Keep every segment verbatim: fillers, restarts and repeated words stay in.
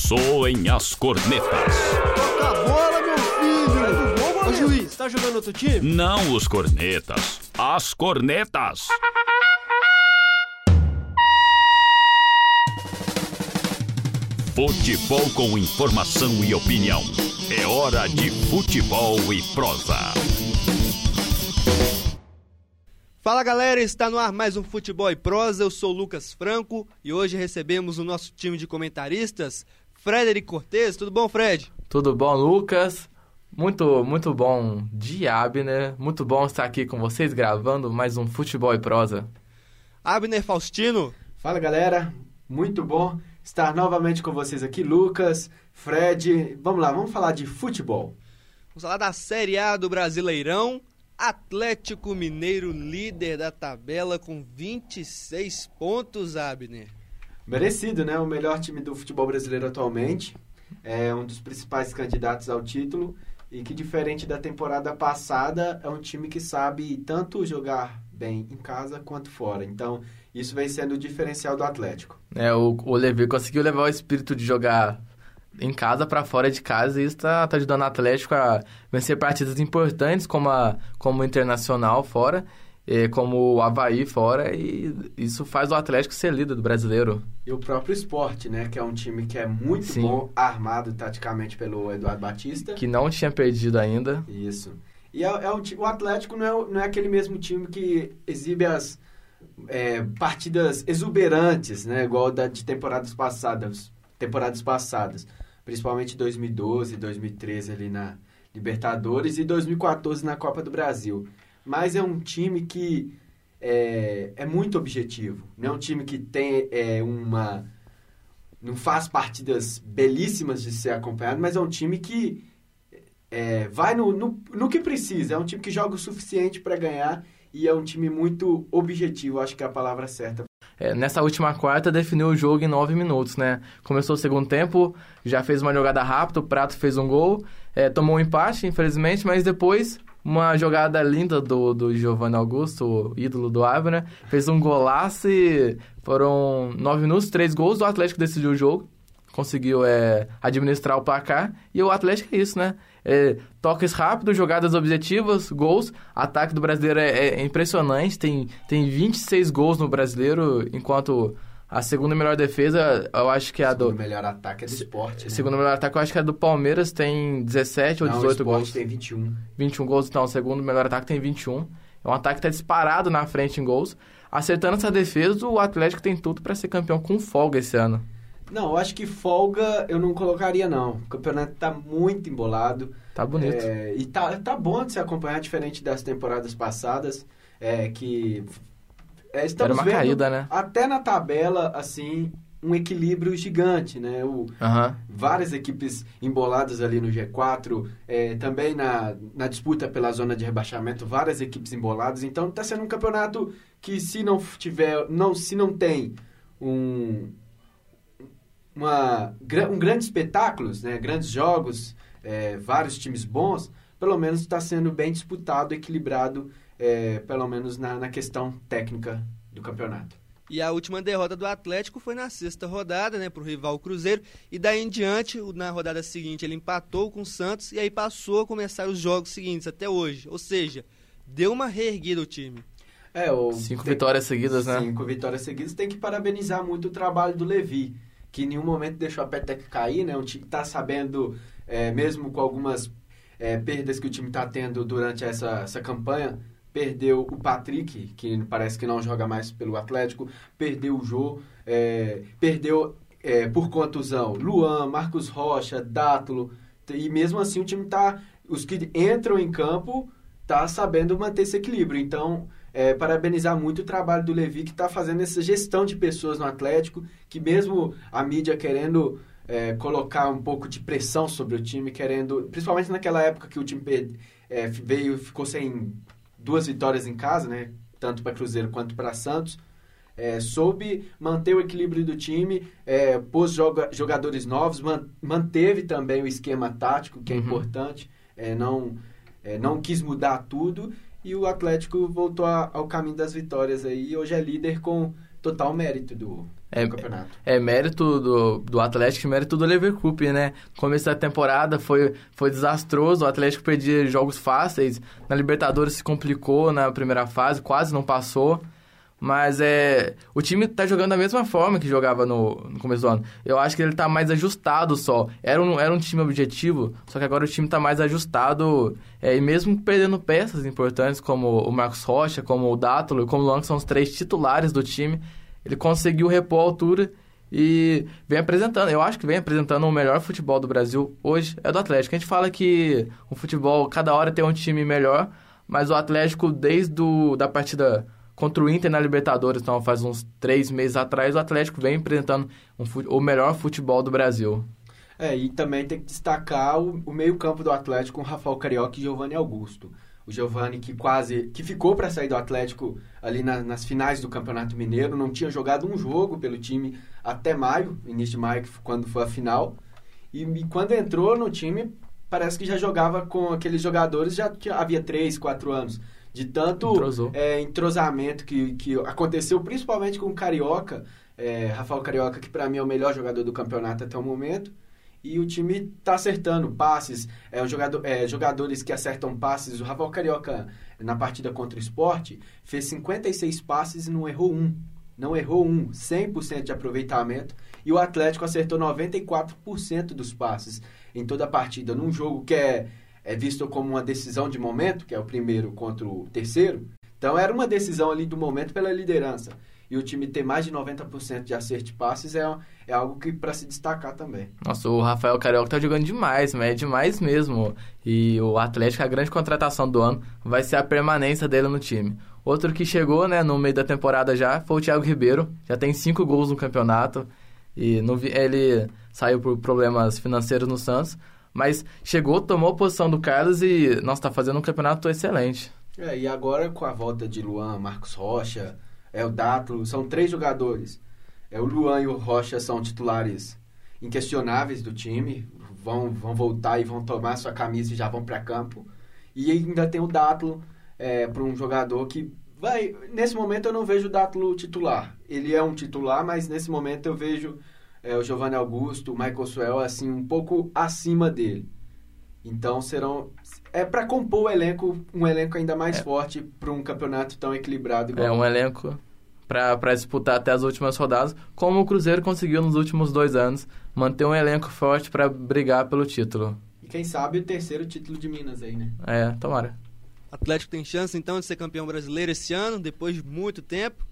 Soem as cornetas. Toca a bola, meu filho! Ô juiz, tá jogando outro time? Não os cornetas, as cornetas. Futebol com informação e opinião. É hora de futebol e prosa. Fala galera, está no ar mais um Futebol e Prosa. Eu sou o Lucas Franco e hoje recebemos o nosso time de comentaristas, Frederic Cortez. Tudo bom, Fred? Tudo bom, Lucas? Muito, muito bom dia, Abner. Muito bom estar aqui com vocês gravando mais um Futebol e Prosa. Abner Faustino. Fala galera, muito bom estar novamente com vocês aqui, Lucas, Fred. Vamos lá, vamos falar de futebol. Vamos falar da Série A do Brasileirão. Atlético Mineiro, líder da tabela com vinte e seis pontos, Abner. Merecido, né? O melhor time do futebol brasileiro atualmente. É um dos principais candidatos ao título. E que, diferente da temporada passada, é um time que sabe tanto jogar bem em casa quanto fora. Então, isso vem sendo o diferencial do Atlético. É, o, o Levi conseguiu levar o espírito de jogar em casa para fora de casa e isso tá, tá ajudando o Atlético a vencer partidas importantes como, a, como o Internacional fora, e como o Avaí fora, e isso faz o Atlético ser líder do brasileiro. E o próprio Sport, né, que é um time que é muito Sim. bom, armado taticamente pelo Eduardo Batista. Que não tinha perdido ainda. Isso. E é, é o, o Atlético não é, não é aquele mesmo time que exibe as é, partidas exuberantes, né, igual da de temporadas passadas, temporadas passadas. Principalmente dois mil e doze, dois mil e treze ali na Libertadores e dois mil e quatorze na Copa do Brasil. Mas é um time que é, é muito objetivo. Não é um time que tem é, uma... não faz partidas belíssimas de ser acompanhado, mas é um time que é, vai no, no, no que precisa. É um time que joga o suficiente para ganhar e é um time muito objetivo. Acho que é a palavra certa. É, nessa última quarta, definiu o jogo em nove minutos, né? Começou o segundo tempo, já fez uma jogada rápida, o Prato fez um gol, é, tomou um empate, infelizmente, mas depois, uma jogada linda do, do Giovanni Augusto, o ídolo do Abner, fez um golaço e foram nove minutos, três gols, o Atlético decidiu o jogo, conseguiu é, administrar o placar, e o Atlético é isso, né? É, toques rápidos, jogadas objetivas, gols. Ataque do brasileiro é, é impressionante, tem, tem vinte e seis gols no brasileiro, enquanto a segunda melhor defesa, eu acho que é a do... O melhor ataque é do Sport, né? Segundo melhor ataque, eu acho que é do Palmeiras, tem dezessete ou dezoito gols. Não, o gols. Sport tem vinte e um. vinte e um gols, então o segundo melhor ataque tem vinte e um. É um ataque que está disparado na frente em gols. Acertando essa defesa, o Atlético tem tudo para ser campeão com folga esse ano. Não, eu acho que folga eu não colocaria, não. O campeonato tá muito embolado. Tá bonito. É, e tá, tá bom de se acompanhar, diferente das temporadas passadas, é, que é, estamos Era uma vendo caída, né? até na tabela, assim, um equilíbrio gigante, né? O, Uhum. Várias equipes emboladas ali no G quatro, é, também na, na disputa pela zona de rebaixamento, várias equipes emboladas. Então tá sendo um campeonato que, se não tiver, não, se não tem um... Uma, um grande espetáculos, né? Grandes jogos, é, vários times bons, pelo menos está sendo bem disputado, equilibrado, é, pelo menos na, na questão técnica do campeonato. E a última derrota do Atlético foi na sexta rodada, né, para o rival Cruzeiro, e daí em diante, na rodada seguinte, ele empatou com o Santos e aí passou a começar os jogos seguintes até hoje, ou seja, deu uma reerguida o time. É, o, Cinco tem, vitórias seguidas, né? Cinco vitórias seguidas, tem que parabenizar muito o trabalho do Levi, que em nenhum momento deixou a peteca cair, né? O time está sabendo, é, mesmo com algumas é, perdas que o time está tendo durante essa, essa campanha, perdeu o Patrick, que parece que não joga mais pelo Atlético, perdeu o Jô, é, perdeu é, por contusão Luan, Marcos Rocha, Dátulo, e mesmo assim o time está, os que entram em campo, tá sabendo manter esse equilíbrio. Então, é, parabenizar muito o trabalho do Levi, que está fazendo essa gestão de pessoas no Atlético, que mesmo a mídia querendo é, colocar um pouco de pressão sobre o time, querendo, principalmente naquela época que o time perde, é, veio, ficou sem duas vitórias em casa, né, tanto para Cruzeiro quanto para Santos, é, soube manter o equilíbrio do time, é, pôs joga, jogadores novos, man, manteve também o esquema tático, que é uhum. importante, é, não, é, não quis mudar tudo, e o Atlético voltou a, ao caminho das vitórias aí, e hoje é líder com total mérito do, é, no campeonato. É mérito do, do Atlético e mérito do Leverkusen, né? No começo da temporada foi, foi desastroso, o Atlético perdia jogos fáceis, na Libertadores se complicou na primeira fase, quase não passou. Mas é, o time tá jogando da mesma forma que jogava no, no começo do ano. Eu acho que ele tá mais ajustado só. Era um, era um time objetivo, só que agora o time tá mais ajustado. É, e mesmo perdendo peças importantes como o Marcos Rocha, como o Dátulo e como o Luan, que são os três titulares do time, ele conseguiu repor a altura e vem apresentando. Eu acho que vem apresentando o melhor futebol do Brasil hoje, é do Atlético. A gente fala que o futebol, cada hora tem um time melhor, mas o Atlético, desde do, da partida contra o Inter na Libertadores, então faz uns três meses atrás, o Atlético vem apresentando um, o melhor futebol do Brasil. É, e também tem que destacar o, o meio-campo do Atlético com Rafael Carioca e Giovanni Augusto. O Giovanni que quase que ficou para sair do Atlético ali na, nas finais do Campeonato Mineiro, não tinha jogado um jogo pelo time até maio, início de maio, quando foi a final. E, e quando entrou no time, parece que já jogava com aqueles jogadores, já que havia três, quatro anos. De tanto é, entrosamento que, que aconteceu, principalmente com o Carioca, é, Rafael Carioca, que para mim é o melhor jogador do campeonato até o momento, e o time tá acertando passes, é, o jogador, é, jogadores que acertam passes. O Rafael Carioca, na partida contra o Sport, fez cinquenta e seis passes e não errou um. Não errou um, cem por cento de aproveitamento, e o Atlético acertou noventa e quatro por cento dos passes em toda a partida, num jogo que é... é visto como uma decisão de momento, que é o primeiro contra o terceiro. Então, era uma decisão ali do momento pela liderança. E o time ter mais de noventa por cento de acerto de passes é, é algo que para se destacar também. Nossa, o Rafael Carioca tá jogando demais, mas é demais mesmo. E o Atlético, a grande contratação do ano, vai ser a permanência dele no time. Outro que chegou, né, no meio da temporada já, foi o Thiago Ribeiro. Já tem cinco gols no campeonato. E no, ele saiu por problemas financeiros no Santos. Mas chegou, tomou a posição do Carlos e, nossa, tá fazendo um campeonato excelente. É, e agora com a volta de Luan, Marcos Rocha, é o Dátulo, são três jogadores. É, o Luan e o Rocha são titulares inquestionáveis do time, vão, vão voltar e vão tomar sua camisa e já vão para campo. E ainda tem o Dátulo, é, para um jogador que vai... Nesse momento eu não vejo o Dátulo titular. Ele é um titular, mas nesse momento eu vejo... É, o Giovanni Augusto, o Michael Suel, assim, um pouco acima dele. Então, serão... É para compor o elenco, um elenco ainda mais é. forte para um campeonato tão equilibrado. Igual é um elenco para disputar até as últimas rodadas, como o Cruzeiro conseguiu nos últimos dois anos, manter um elenco forte para brigar pelo título. E quem sabe o terceiro título de Minas aí, né? É, tomara. O Atlético tem chance, então, de ser campeão brasileiro esse ano, depois de muito tempo?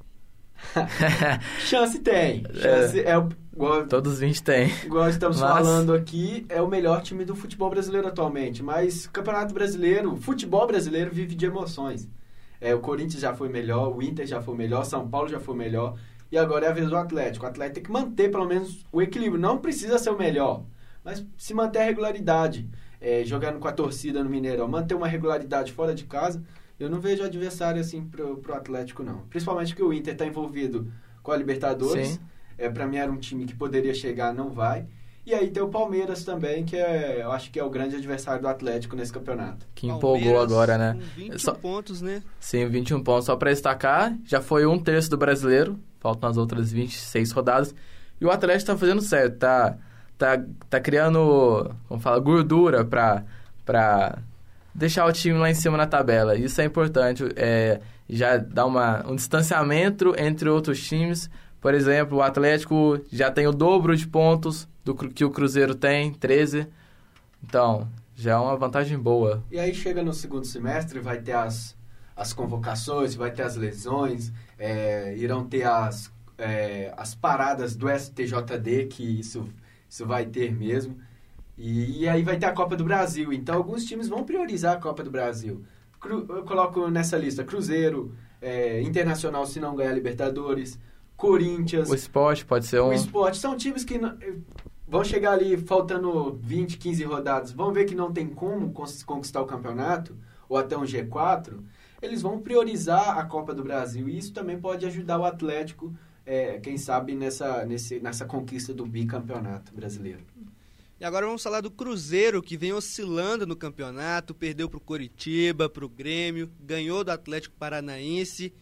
Chance tem. Chance é, é o, igual, todos os vinte tem. Igual estamos mas... falando aqui, é o melhor time do futebol brasileiro atualmente. Mas o Campeonato Brasileiro, futebol brasileiro vive de emoções. É, o Corinthians já foi melhor, o Inter já foi melhor, São Paulo já foi melhor. E agora é a vez do Atlético. O Atlético tem que manter pelo menos o equilíbrio. Não precisa ser o melhor, mas se manter a regularidade. É, jogando com a torcida no Mineirão, manter uma regularidade fora de casa. Eu não vejo adversário assim pro, pro Atlético, não. Principalmente porque o Inter está envolvido com a Libertadores. É, para mim era um time que poderia chegar, não vai. E aí tem o Palmeiras também, que é, eu acho que é o grande adversário do Atlético nesse campeonato. Que empolgou agora, né? Com vinte e um Só... pontos, né? Sim, vinte e um pontos. Só para destacar, já foi um terço do brasileiro. Faltam as outras vinte e seis rodadas. E o Atlético está fazendo certo. Tá, tá, tá criando, como fala, gordura para... pra... deixar o time lá em cima na tabela. Isso é importante, é, já dá uma, um distanciamento entre outros times. Por exemplo, o Atlético já tem o dobro de pontos do que o Cruzeiro tem, treze. Então, já é uma vantagem boa. E aí chega no segundo semestre, vai ter as, as convocações, vai ter as lesões, é, irão ter as, é, as paradas do S T J D, que isso, isso vai ter mesmo. E, e aí vai ter a Copa do Brasil. Então, alguns times vão priorizar a Copa do Brasil. Cru, eu coloco nessa lista Cruzeiro, é, Internacional, se não ganhar Libertadores, Corinthians... O Sport pode ser um... O Sport. São times que não, vão chegar ali faltando vinte, quinze rodadas. Vão ver que não tem como conquistar o campeonato, ou até um G quatro. Eles vão priorizar a Copa do Brasil. E isso também pode ajudar o Atlético, é, quem sabe, nessa, nesse, nessa conquista do bicampeonato brasileiro. E agora vamos falar do Cruzeiro, que vem oscilando no campeonato, perdeu para o Coritiba, para o Grêmio, ganhou do Atlético Paranaense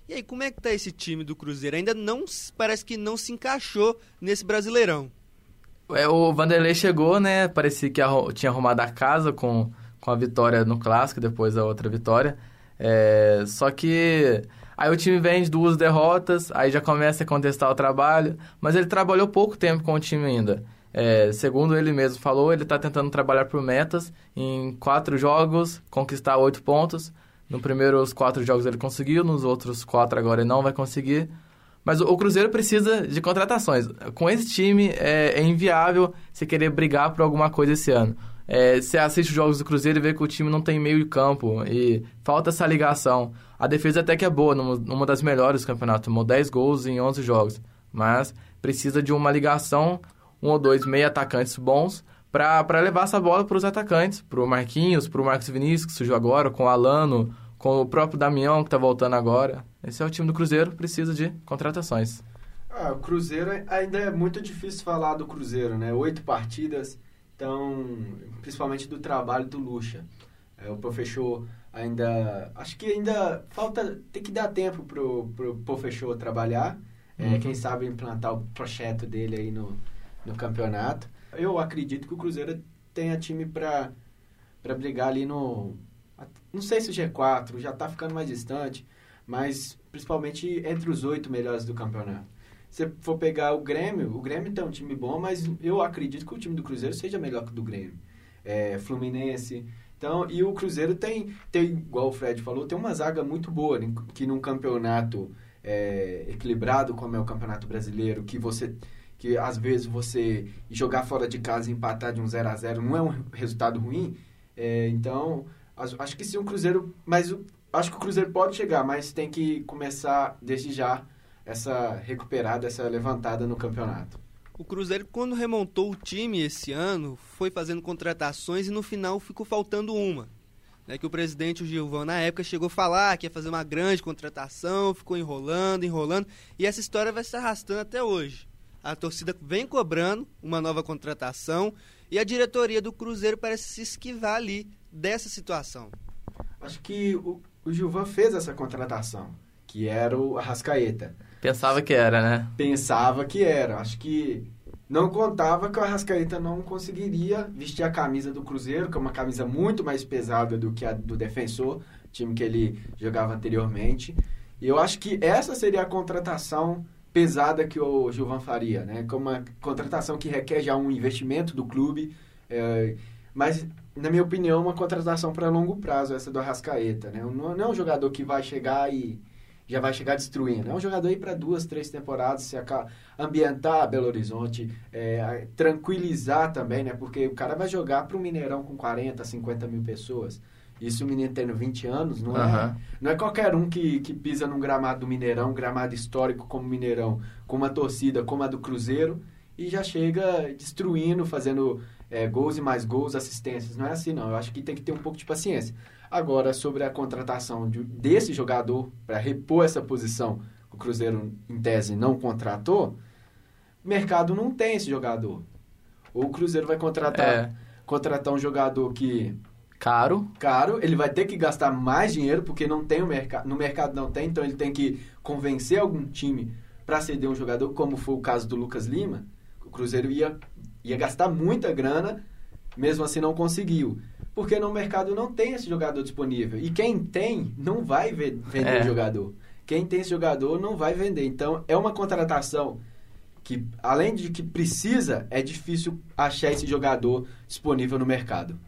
E aí, como é que tá esse time do Cruzeiro? Ainda não, parece que não se encaixou nesse Brasileirão. É, o Vanderlei chegou, né? Parecia que arru- tinha arrumado a casa com, com a vitória no Clássico, depois a outra vitória. É, só que aí o time vem de duas derrotas, aí já começa a contestar o trabalho, mas ele trabalhou pouco tempo com o time ainda. É, segundo ele mesmo falou, ele está tentando trabalhar por metas. Em quatro jogos, conquistar oito pontos. No primeiro, os quatro jogos ele conseguiu, nos outros quatro agora ele não vai conseguir. Mas o Cruzeiro precisa de contratações. Com esse time, é, é inviável você querer brigar por alguma coisa esse ano. É, você assiste os jogos do Cruzeiro e vê que o time não tem meio de campo e falta essa ligação. A defesa até que é boa, numa, numa das melhores do campeonato. Tomou dez gols em onze jogos. Mas precisa de uma ligação, um ou dois meio atacantes bons, para levar essa bola para os atacantes. Para o Marquinhos, para o Marcos Vinícius, que surgiu agora, com o Alano, com o próprio Damião, que está voltando agora. Esse é o time do Cruzeiro, precisa de contratações. Ah, o Cruzeiro ainda é muito difícil falar do Cruzeiro, né? Oito partidas, então, principalmente do trabalho do Lucha. É, o Pofechô ainda... Acho que ainda falta... Tem que dar tempo pro, pro Pofechô trabalhar. Uhum. É, quem sabe implantar o projeto dele aí no, no campeonato. Eu acredito que o Cruzeiro tenha time para para brigar ali no... Não sei se o G quatro já está ficando mais distante, mas principalmente entre os oito melhores do campeonato. Se for pegar o Grêmio, o Grêmio tem um time bom, mas eu acredito que o time do Cruzeiro seja melhor que o do Grêmio. É, Fluminense. Então, e o Cruzeiro tem, tem, igual o Fred falou, tem uma zaga muito boa, que num campeonato é, equilibrado, como é o Campeonato Brasileiro, que você... que às vezes você jogar fora de casa e empatar de um zero a zero não é um resultado ruim. É, então, acho que sim, o Cruzeiro... Mas acho que o Cruzeiro pode chegar, mas tem que começar desde já essa recuperada, essa levantada no campeonato. O Cruzeiro, quando remontou o time esse ano, foi fazendo contratações e no final ficou faltando uma. Né, que o presidente, o Gilvan, na época, chegou a falar que ia fazer uma grande contratação, ficou enrolando, enrolando, e essa história vai se arrastando até hoje. A torcida vem cobrando uma nova contratação e a diretoria do Cruzeiro parece se esquivar ali dessa situação. Acho que o, o Gilvan fez essa contratação, que era o Arrascaeta. Pensava que era, né? Pensava que era. Acho que não contava que o Arrascaeta não conseguiria vestir a camisa do Cruzeiro, que é uma camisa muito mais pesada do que a do Defensor, time que ele jogava anteriormente. E eu acho que essa seria a contratação pesada que o Gilvan faria, né? Como uma contratação que requer já um investimento do clube, é, mas, na minha opinião, uma contratação para longo prazo, essa do Arrascaeta, né? Não, não é um jogador que vai chegar e já vai chegar destruindo, é um jogador aí para duas, três temporadas, se ambientar Belo Horizonte, é, tranquilizar também, né? Porque o cara vai jogar para um Mineirão com quarenta, cinquenta mil pessoas. Isso o menino tendo vinte anos, não, uhum. é, não é qualquer um que, que pisa num gramado do Mineirão, um gramado histórico como o Mineirão, com uma torcida como a do Cruzeiro, e já chega destruindo, fazendo é, gols e mais gols, assistências. Não é assim, não. Eu acho que tem que ter um pouco de paciência. Agora, sobre a contratação de, desse jogador para repor essa posição que o Cruzeiro, em tese, não contratou, o mercado não tem esse jogador. Ou o Cruzeiro vai contratar, é. contratar um jogador que... Caro. Caro, ele vai ter que gastar mais dinheiro, porque não tem o mercado, no mercado não tem, então ele tem que convencer algum time para ceder um jogador, como foi o caso do Lucas Lima. O Cruzeiro ia, ia gastar muita grana, mesmo assim não conseguiu. Porque no mercado não tem esse jogador disponível. E quem tem, não vai vender é. o jogador. Quem tem esse jogador não vai vender. Então, é uma contratação que, além de que precisa, é difícil achar esse jogador disponível no mercado.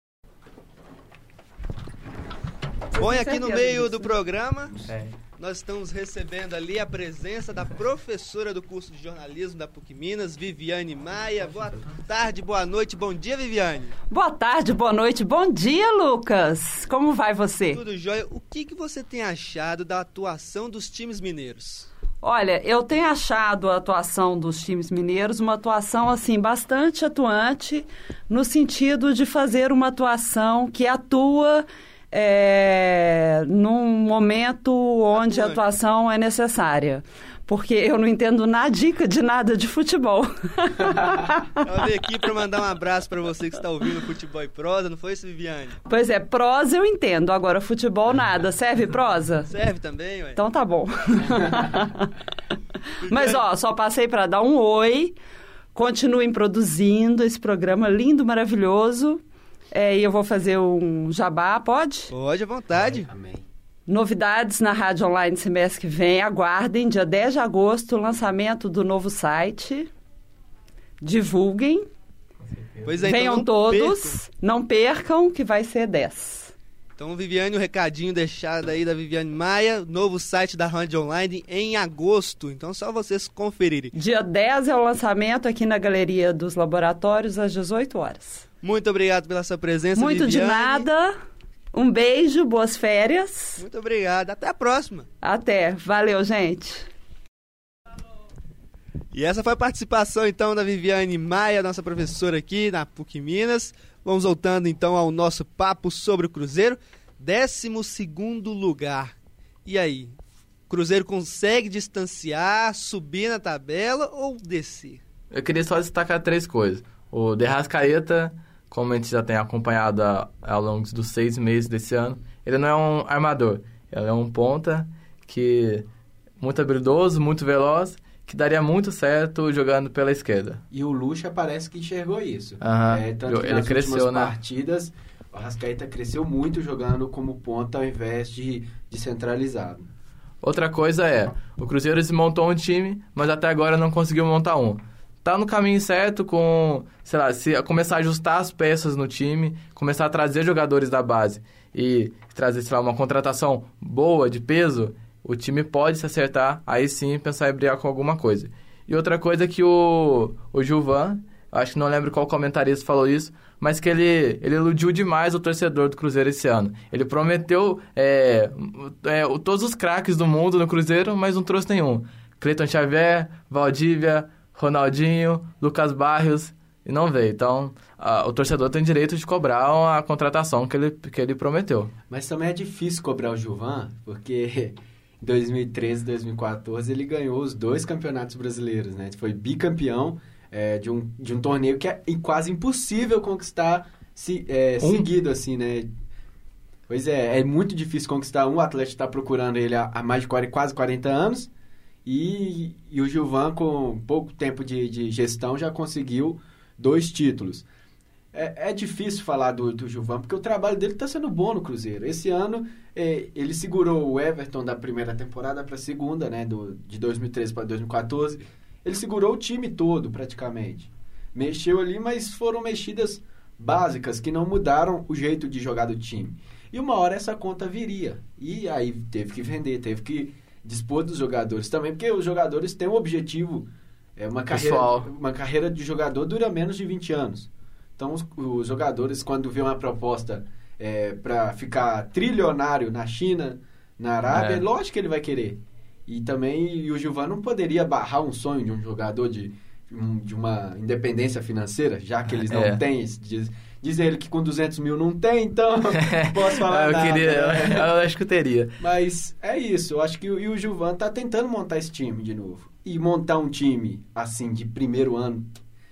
Bom, e aqui no meio do programa, é. nós estamos recebendo ali a presença da professora do curso de jornalismo da PUC Minas, Viviane Maia. Boa tarde, boa noite, bom dia, Viviane. Boa tarde, boa noite, bom dia, Lucas. Como vai você? Tudo jóia. O que, que você tem achado da atuação dos times mineiros? Olha, eu tenho achado a atuação dos times mineiros uma atuação, assim, bastante atuante, no sentido de fazer uma atuação que atua... é, num momento onde a atuação é necessária. Porque eu não entendo nada de nada de futebol. Eu vim aqui para mandar um abraço para você que está ouvindo Futebol e Prosa, não foi isso, Viviane? Pois é, prosa eu entendo, agora futebol nada. Serve prosa? Serve também, ué. Então tá bom. Mas ó, só passei para dar um oi. Continuem produzindo esse programa lindo, maravilhoso. É, e eu vou fazer um jabá, pode? Pode, à vontade. Amém. Novidades na Rádio Online semestre que vem, aguardem, dia dez de agosto, o lançamento do novo site. Divulguem. Pois é, Venham então não todos, percam. não percam, que vai ser dez. Então, Viviane, o recadinho deixado aí da Viviane Maia, novo site da Rádio Online em agosto. Então, só vocês conferirem. Dia dez é o lançamento aqui na Galeria dos Laboratórios, às dezoito horas. Muito obrigado pela sua presença, Muito Viviane. de nada. Um beijo, boas férias. Muito obrigado. Até a próxima. Até. Valeu, gente. E essa foi a participação, então, da Viviane Maia, nossa professora aqui na P U C Minas. Vamos voltando, então, ao nosso papo sobre o Cruzeiro. décimo segundo lugar. E aí? O Cruzeiro consegue distanciar, subir na tabela ou descer? Eu queria só destacar três coisas. O De Arrascaeta, como a gente já tem acompanhado a, ao longo dos seis meses desse ano, ele não é um armador. Ele é um ponta que muito habilidoso, muito veloz, que daria muito certo jogando pela esquerda. E o Lucha parece que enxergou isso. Aham, É, tanto que ele nas cresceu, últimas né? partidas, o Arrascaeta cresceu muito jogando como ponta ao invés de, de centralizado. Outra coisa é, o Cruzeiro se montou um time, mas até agora não conseguiu montar um. Tá no caminho certo com, sei lá, se começar a ajustar as peças no time, começar a trazer jogadores da base e trazer, sei lá, uma contratação boa, de peso, o time pode se acertar, aí sim pensar em brigar com alguma coisa. E outra coisa é que o, o Gilvan, acho que não lembro qual comentarista falou isso, mas que ele, ele iludiu demais o torcedor do Cruzeiro esse ano. Ele prometeu é, é, todos os craques do mundo no Cruzeiro, mas não trouxe nenhum. Cleiton Xavier, Valdívia, Ronaldinho, Lucas Barrios, e não veio. Então, a, o torcedor tem direito de cobrar a contratação que ele, que ele prometeu. Mas também é difícil cobrar o Gilvan, porque em dois mil e treze, dois mil e quatorze ele ganhou os dois campeonatos brasileiros, né? Foi bicampeão é, de, um, de um torneio que é quase impossível conquistar se, é, um? seguido, assim, né? Pois é, é muito difícil conquistar um. O Atlético está procurando ele há, há mais de quarenta, quase quarenta anos. E, e o Gilvan, com pouco tempo de, de gestão, já conseguiu dois títulos. É, é difícil falar do, do Gilvan, porque o trabalho dele está sendo bom no Cruzeiro. Esse ano, é, ele segurou o Everton da primeira temporada para a segunda, né, do, de dois mil e treze para dois mil e quatorze. Ele segurou o time todo, praticamente. Mexeu ali, mas foram mexidas básicas, que não mudaram o jeito de jogar do time. E uma hora essa conta viria. E aí teve que vender, teve que dispor dos jogadores também, porque os jogadores têm um objetivo, é uma carreira, uma carreira de jogador dura menos de vinte anos. Então os, os jogadores, quando vê uma proposta é, para ficar trilionário na China, na Arábia, é. lógico que ele vai querer. E também e o Gilvan não poderia barrar um sonho de um jogador de, de uma independência financeira, já que eles não é. têm. Diz, diz ele que com duzentos mil não tem, então não posso falar eu nada. Queria, né? eu acho que eu teria. Mas é isso, eu acho que o, e o Gilvan tá tentando montar esse time de novo. E montar um time, assim, de primeiro ano,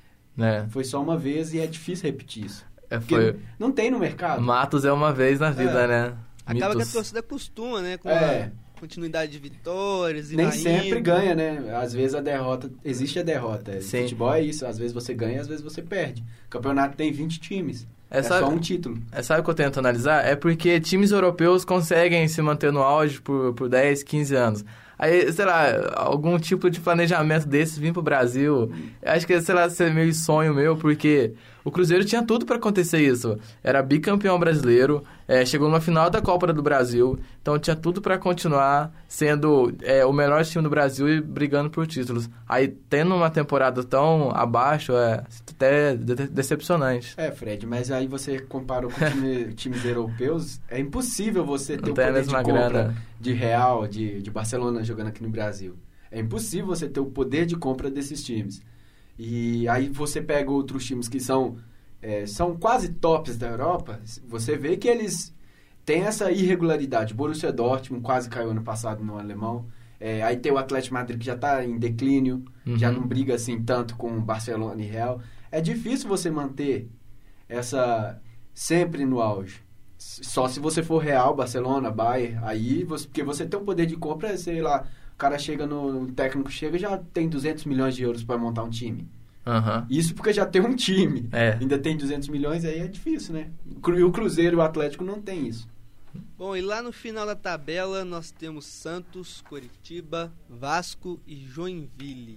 É. foi só uma vez e é difícil repetir isso. É, Porque foi... não tem no mercado. Matos é uma vez na vida, É. né? Acaba Mitos. que a torcida acostuma, né? Com É. a continuidade de vitórias e Nem vai sempre indo. ganha, né? Às vezes a derrota, existe a derrota. Sim. Futebol é isso, às vezes você ganha, às vezes você perde. O campeonato tem vinte times, é, É, sabe- só um título. É, sabe o que eu tento analisar? É porque times europeus conseguem se manter no auge por, por dez, quinze anos. Aí, sei lá, algum tipo de planejamento desses vir pro Brasil, acho que, sei lá, ser meio sonho meu, porque o Cruzeiro tinha tudo pra acontecer isso. Era bicampeão brasileiro, é, chegou numa final da Copa do Brasil, então tinha tudo pra continuar sendo é, o melhor time do Brasil e brigando por títulos. Aí, tendo uma temporada tão abaixo, é até de- decepcionante. É, Fred, mas aí você comparou com time, times europeus, é impossível você ter Não o tem a poder mesma de compra grana. de Real, de, de Barcelona jogando aqui no Brasil. É impossível você ter o poder de compra desses times. E aí você pega outros times que são, é, são quase tops da Europa, você vê que eles tem essa irregularidade. Borussia Dortmund quase caiu ano passado no alemão. É, aí tem o Atlético Madrid que já está em declínio, uhum. já não briga assim tanto com Barcelona e Real. É difícil você manter essa sempre no auge. Só se você for Real, Barcelona, Bayern, aí você, porque você tem um poder de compra, sei lá, o cara chega no, o técnico chega já tem duzentos milhões de euros para montar um time. Uhum. Isso porque já tem um time. É. Ainda tem duzentos milhões, aí é difícil, né? E o Cruzeiro e o Atlético não tem isso. Bom, e lá no final da tabela nós temos Santos, Coritiba, Vasco e Joinville.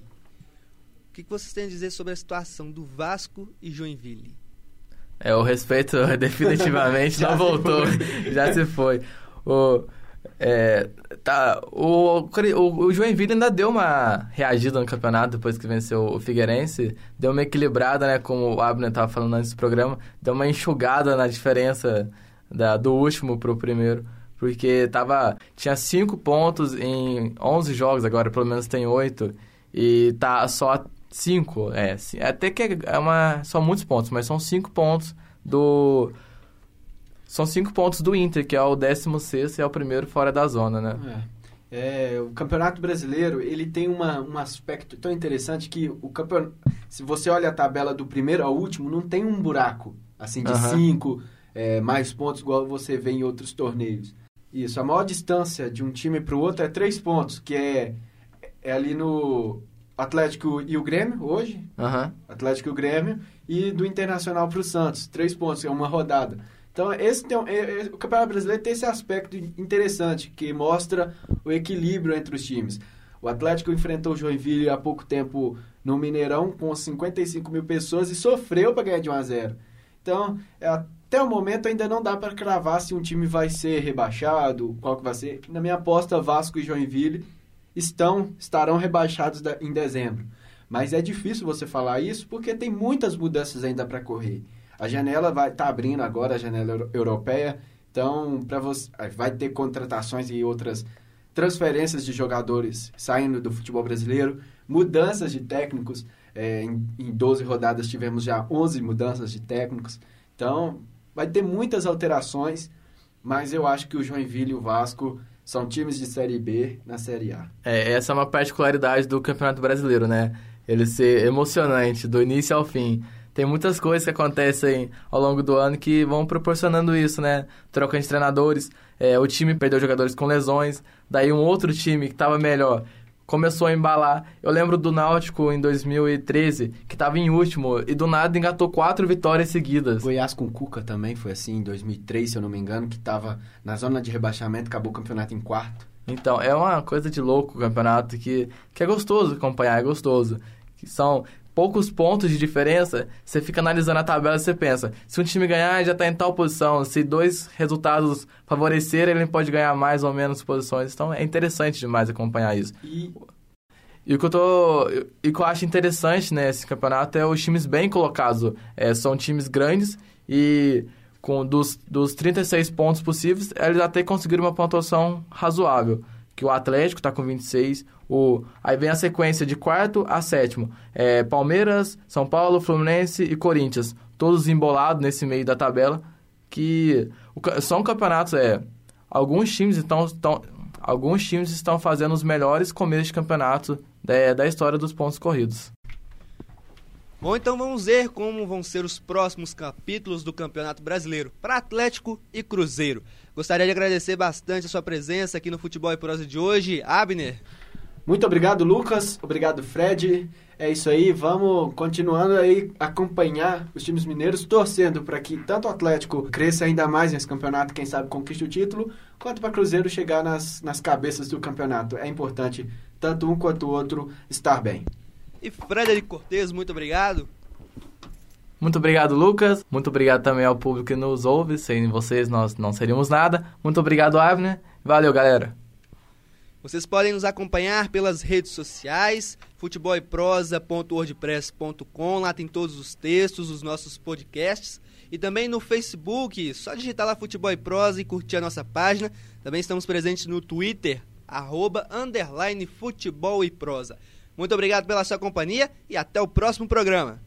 O que vocês têm a dizer sobre a situação do Vasco e Joinville? É, o respeito definitivamente não voltou, já se foi. O, é, tá, o, o, o Joinville ainda deu uma reagida no campeonato depois que venceu o Figueirense, deu uma equilibrada, né, como o Abner estava falando antes do programa, deu uma enxugada na diferença da, do último pro primeiro, porque tava, tinha cinco pontos em onze jogos, agora pelo menos tem oito, e tá só cinco, é, até que é uma, são muitos pontos, mas são cinco pontos do... São cinco pontos do Inter, que é o décimo sexto e é o primeiro fora da zona, né? É. É, o Campeonato Brasileiro, ele tem uma, um aspecto tão interessante que o campeonato... Se você olha a tabela do primeiro ao último, não tem um buraco, assim, de uhum. cinco é, mais pontos, igual você vê em outros torneios. Isso, a maior distância de um time para o outro é três pontos, que é, é ali no Atlético e o Grêmio, hoje. Uhum. Atlético e o Grêmio. E do Internacional para o Santos, três pontos, é uma rodada. Então, esse tem, é, é, o Campeonato Brasileiro tem esse aspecto interessante, que mostra o equilíbrio entre os times. O Atlético enfrentou o Joinville há pouco tempo no Mineirão, com cinquenta e cinco mil pessoas, e sofreu para ganhar de um a zero. Então, é, até o momento ainda não dá para cravar se um time vai ser rebaixado, qual que vai ser. Na minha aposta, Vasco e Joinville estão, estarão rebaixados da, em dezembro. Mas é difícil você falar isso, porque tem muitas mudanças ainda para correr. A janela vai estar tá abrindo agora, a janela europeia, então pra você, vai ter contratações e outras transferências de jogadores saindo do futebol brasileiro, mudanças de técnicos, é, em, em doze rodadas tivemos já onze mudanças de técnicos, então vai ter muitas alterações, mas eu acho que o Joinville e o Vasco são times de Série B na Série A. É, essa é uma particularidade do Campeonato Brasileiro, né? Ele ser emocionante do início ao fim. Tem muitas coisas que acontecem ao longo do ano que vão proporcionando isso, né? Troca de treinadores, é, o time perdeu jogadores com lesões, daí um outro time que estava melhor começou a embalar. Eu lembro do Náutico em dois mil e treze, que estava em último, e do nada engatou quatro vitórias seguidas. Goiás com Cuca também foi assim, em dois mil e três, se eu não me engano, que estava na zona de rebaixamento, acabou o campeonato em quarto. Então, é uma coisa de louco o campeonato, que, que é gostoso acompanhar, é gostoso. Que são poucos pontos de diferença, você fica analisando a tabela e você pensa, se um time ganhar, já está em tal posição, se dois resultados favorecerem, ele pode ganhar mais ou menos posições, então é interessante demais acompanhar isso. E, e o que eu tô, e o que eu acho interessante nesse campeonato é os times bem colocados, é, são times grandes e com dos, dos trinta e seis pontos possíveis, eles até conseguiram uma pontuação razoável, que o Atlético está com vinte e seis, o, aí vem a sequência de quarto a sétimo, é, Palmeiras, São Paulo, Fluminense e Corinthians, todos embolados nesse meio da tabela, que o, são campeonatos, é, alguns times estão, estão, alguns times estão fazendo os melhores começos de campeonato da, da história dos pontos corridos. Bom, então vamos ver como vão ser os próximos capítulos do Campeonato Brasileiro para Atlético e Cruzeiro. Gostaria de agradecer bastante a sua presença aqui no Futebol e Prosa de hoje. Abner. Muito obrigado, Lucas. Obrigado, Fred. É isso aí. Vamos continuando aí acompanhar os times mineiros, torcendo para que tanto o Atlético cresça ainda mais nesse campeonato, quem sabe conquiste o título, quanto para o Cruzeiro chegar nas, nas cabeças do campeonato. É importante tanto um quanto o outro estar bem. E Frederico Cortes, muito obrigado. Muito obrigado, Lucas. Muito obrigado também ao público que nos ouve. Sem vocês, nós não seríamos nada. Muito obrigado, Abner. Valeu, galera. Vocês podem nos acompanhar pelas redes sociais, futebol e prosa ponto wordpress ponto com. Lá tem todos os textos, os nossos podcasts. E também no Facebook, só digitar lá Futebol e Prosa e curtir a nossa página. Também estamos presentes no Twitter, arroba, underline, Futebol e Prosa. Muito obrigado pela sua companhia e até o próximo programa.